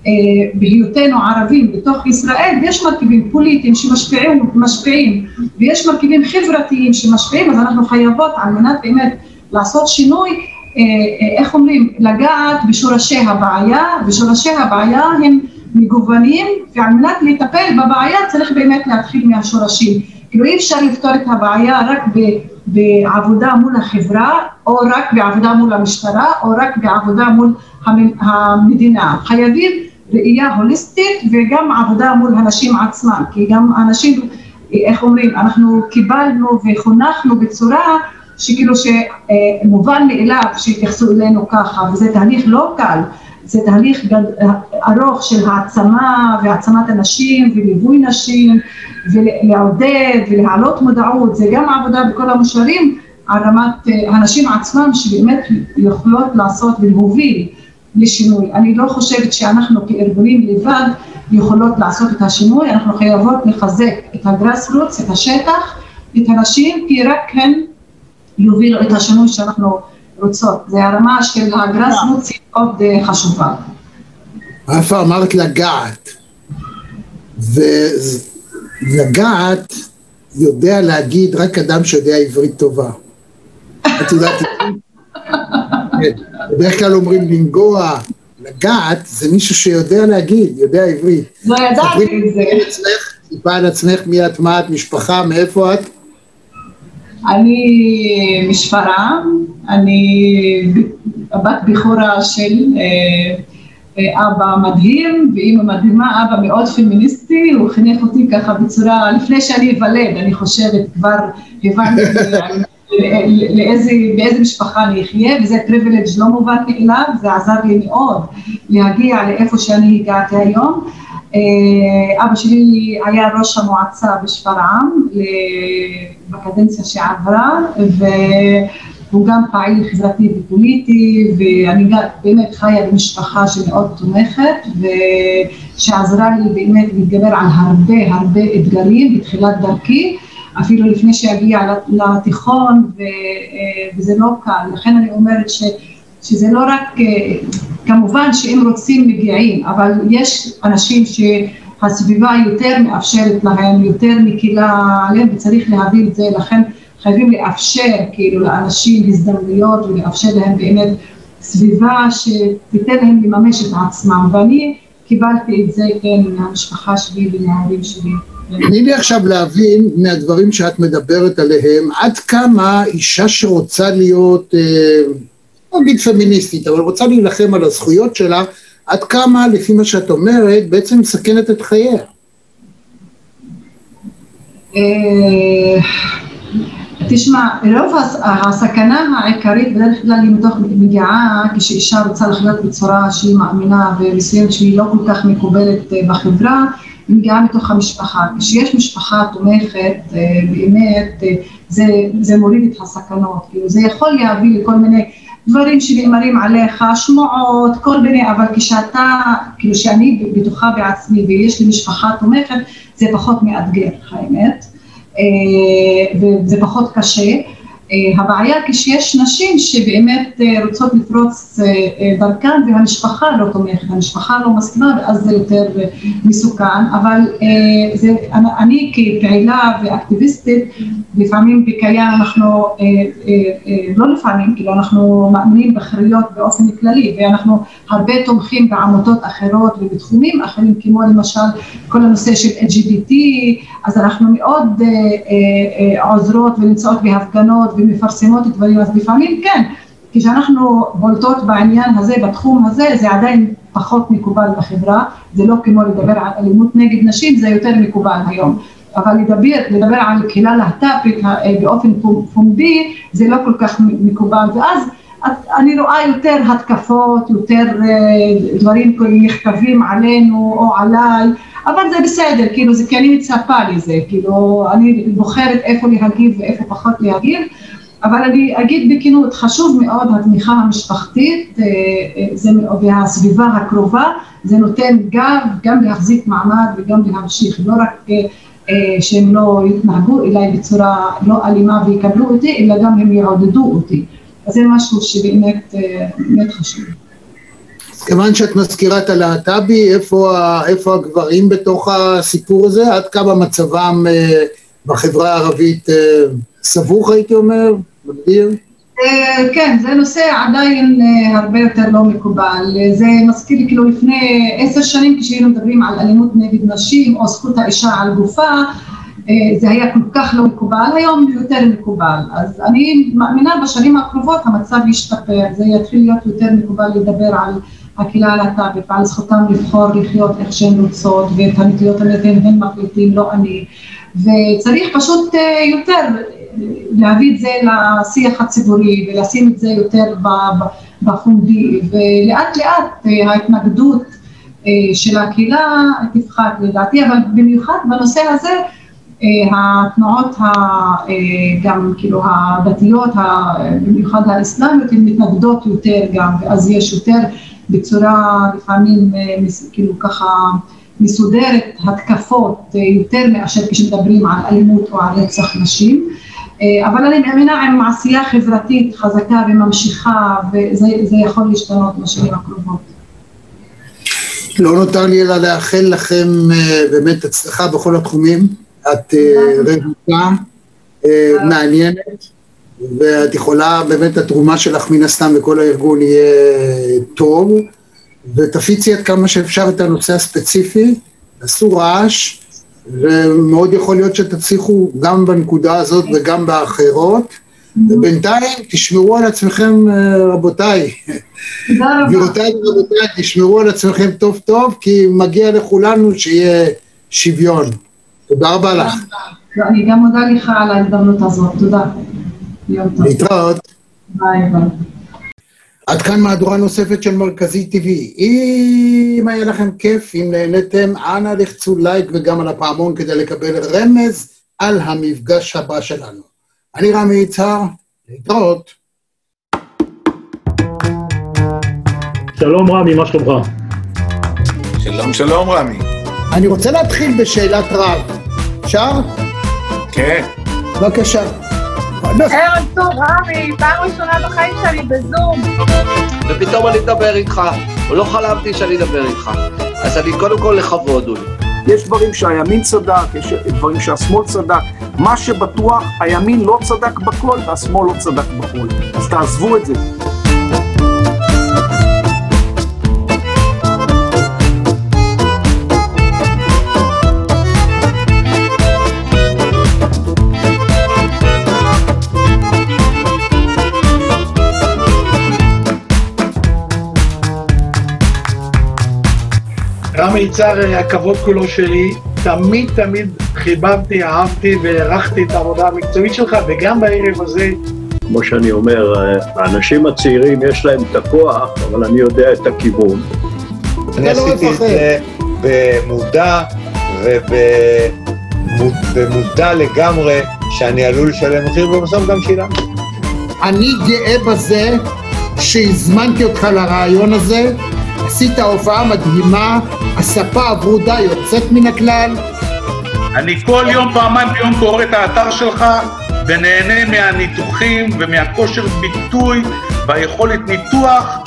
בהיותנו ערבים בתוך ישראל, ויש מרכיבים פוליטיים שמשפיעים, משפיעים, ויש מרכיבים חברתיים שמשפיעים, אז אנחנו חייבות על מנת באמת לעשות שינוי, איך אומרים, לגעת בשורשי הבעיה, ושורשי הבעיה הם מגוונים, ועל מנת לטפל בבעיה צריך באמת להתחיל מהשורשים. כאילו אי אפשר לפתור את הבעיה רק בעבודה מול החברה, או רק בעבודה מול המשטרה, או רק בעבודה מול המדינה. חייבים ראייה הוליסטית וגם עבודה מול הנשים עצמם, כי גם אנשים, איך אומרים, אנחנו קיבלנו וחונכנו בצורה שכאילו שמובן מאליו שהתייחסו אלינו ככה, וזה תהליך לא קל, זה תהליך ארוך של העצמה והעצמת הנשים וליווי נשים ולעודד ולהעלות מודעות, זה גם עבודה בכל המושרים על רמת הנשים עצמם שבאמת יכולות לעשות ולהוביל לשינוי. אני לא חושבת שאנחנו כארגונים לבד יכולות לעשות את השינוי, אנחנו חייבות לחזק את הגראס רוטס, את השטח, את הנשים, כי רק הן יובילו את השינוי שאנחנו רוצות. זה הרמה של הגראס רוטס היא מאוד חשובה. איפה אמרת לגעת, ולגעת יודע להגיד רק אדם שיודע עברית טובה. את יודעת, בדרך כלל אומרים לנגוע, לגעת זה מישהו שיודע להגיד, יודע עברית. לא ידעתי את זה. סיפרה על עצמך, מי את, מה את, משפחה, מאיפה את? אני משפרעם, אני בת בכורה של אבא מדהים ואמא מדהימה, אבא מאוד פמיניסטי, הוא חינך אותי ככה בצורה, לפני שאני אוולד, אני חושבת כבר הבנתי לאיזה, באיזה משפחה אני אחיה, וזה פריבילג' לא מובן מאליו, זה עזר לי מאוד להגיע לאיפה שאני הגעתי היום. אבא שלי היה ראש המועצה בשפרעם בקדנציה שעברה, והוא גם פעיל חברתי ופוליטי, ואני באמת חיה במשפחה שמאוד תומכת, ושעזרה לי באמת להתגבר על הרבה הרבה אתגרים בתחילת דרכי, אפילו לפני שהגיע לתיכון, וזה לא קל. לכן אני אומרת ש, שזה לא רק, כמובן שאם רוצים מגיעים, אבל יש אנשים שהסביבה יותר מאפשרת להם, יותר מקילה עליהם, וצריך להביא את זה. לכן חייבים לאפשר כאילו לאנשים הזדמנויות ולאפשר להם באמת סביבה שתיתן להם לממש את עצמם, ואני קיבלתי את זה כן מהמשפחה שלי ומההורים שלי. תני לי עכשיו להבין מהדברים שאת מדברת עליהם, עד כמה אישה שרוצה להיות, לא אגיד פמיניסטית, אבל רוצה להילחם על הזכויות שלה, עד כמה לפי מה שאת אומרת בעצם מסכנת את חייה? תשמע, רוב הסכנה העיקרית בדרך כלל היא מתוך מגיעה כשאישה רוצה לחיות בצורה שהיא מאמינה ומסוימת שהיא לא כל כך מקובלת בחברה, היא מגיעה מתוך המשפחה. כשיש משפחה תומכת, באמת זה, זה מוריד את הסכנות, כאילו זה יכול להביא לכל מיני דברים שנאמרים עליך, שמועות, כל מיני, אבל כשאתה, כאילו שאני בטוחה בעצמי ויש לי משפחה תומכת, זה פחות מאתגר, האמת. וזה פחות קשה. הבעיה כשיש נשים שבאמת רוצות לפרוץ דרכן והמשפחה לא תומכת, המשפחה לא מסכימה, ואז זה יותר מסוכן. אבל זה, אני כפעילה ואקטיביסטית, לפעמים בקיים אנחנו, לא לפעמים, כאילו אנחנו מאמינים בחירויות באופן כללי, ואנחנו הרבה תומכים בעמותות אחרות ובתחומים אחרים, כמו למשל כל הנושא של אל ג'י בי טי, אז אנחנו מאוד עוזרות ונמצאות בהפגנות ומפרסמות את דברים, אז לפעמים כן, כשאנחנו בולטות בעניין הזה, בתחום הזה, זה עדיין פחות מקובל בחברה, זה לא כמו לדבר על אלימות נגד נשים, זה יותר מקובל היום, אבל לדבר, לדבר על קהילה להט"בית באופן פומבי, זה לא כל כך מקובל, ואז אני רואה יותר התקפות, יותר דברים נכתבים עלינו או עליי, אבל זה בסדר, כאילו זה כי אני מצפה לזה, כאילו אני בוחרת איפה להגיב ואיפה פחות להגיב, אבל אני אגיד בכנות, חשוב מאוד התמיכה המשפחתית, זה, והסביבה הקרובה, זה נותן גב גם להחזיק מעמד וגם להמשיך, לא רק שהם לא יתנהגו אליי בצורה לא אלימה ויקבלו אותי, אלא גם הם יעודדו אותי, אז זה משהו שבאמת באמת חשוב. אז כיוון שאת מזכירה את הלהט"בי, איפה, איפה הגברים בתוך הסיפור הזה? עד כמה מצבם בחברה הערבית סבוך, הייתי אומר, מגדיר? כן, זה נושא עדיין הרבה יותר לא מקובל. זה מזכיר לי כאילו לפני עשר שנים כשהיינו מדברים על אלימות נגד נשים או זכות האישה על גופה, זה היה כל כך לא מקובל, היום יותר מקובל. אז אני מאמינה בשנים הקרובות המצב ישתפר, זה יתחיל להיות יותר מקובל לדבר על הקהילה הלהט"בית ועל זכותם לבחור לחיות איך שהן רוצות, ואת הנטיות הנתן הן מחליטים, לא אני. וצריך פשוט יותר להביא את זה לשיח הציבורי ולשים את זה יותר בפומבי, ולאט לאט ההתנגדות של הקהילה תפחת לדעתי, אבל במיוחד בנושא הזה התנועות גם כאילו הדתיות, במיוחד האסלאמיות, הן מתנגדות יותר גם, ואז יש יותר בצורה לפעמים כאילו ככה מסודרת התקפות יותר מאשר כשמדברים על אלימות או על רצח נשים, אבל אני מאמינה עם עשייה חברתית חזקה וממשיכה, וזה יכול להשתנות בשנים הקרובות. לא נותר לי אלא לאחל לכם באמת הצלחה בכל התחומים, את רגישה, מעניינת, ואת יכולה באמת התרומה שלך מן הסתם וכל הארגון יהיה טוב, ותפיצי עד כמה שאפשר את הנושא הספציפי, עשו רעש, ומאוד יכול להיות שתצליחו גם בנקודה הזאת וגם באחרות, ובינתיים תשמרו על עצמכם רבותיי, גבירותיי ורבותיי, תשמרו על עצמכם טוב טוב, כי מגיע לכולנו שיהיה שוויון. תודה רבה לך. אני גם מודה לך על ההזדמנות הזאת, תודה. להתראות. ביי ביי. עד כאן מהדורה נוספת של מרכזי טבעי. אם היה לכם כיף, אם נהנתם, אנא לחצו לייק וגם על הפעמון כדי לקבל רמז על המפגש הבא שלנו. אני רמי יצהר, להתראות. שלום רמי, מה שלומך? שלום שלום רמי. אני רוצה להתחיל בשאלת רב. אפשר? כן. בבקשה. ערב טוב רמי, פעם ראשונה בחיים שלי בזום. ופתאום אני אדבר איתך, או לא חלמתי שאני אדבר איתך. אז אני קודם כל לכבוד הוא לי. יש דברים שהימין צדק, יש דברים שהשמאל צדק. מה שבטוח, הימין לא צדק בכל והשמאל לא צדק בכל. אז תעזבו את זה. רמי יצהר, הכבוד כולו שלי, תמיד תמיד חיבבתי, אהבתי והערכתי את העבודה המקצועית שלך, וגם בערב הזה. כמו שאני אומר, האנשים הצעירים יש להם את הכוח, אבל אני יודע את הכיוון. אני עשיתי את זה במודע ובמודע לגמרי שאני עלול לשלם מחיר, ובסוף גם שילם. אני גאה בזה שהזמנתי אותך לרעיון הזה, עשית הופעה מדהימה, הספה הברודה יוצאת מן הכלל. אני כל יום פעמיים ביום קורא את האתר שלך ונהנה מהניתוחים ומהכושר ביטוי והיכולת ניתוח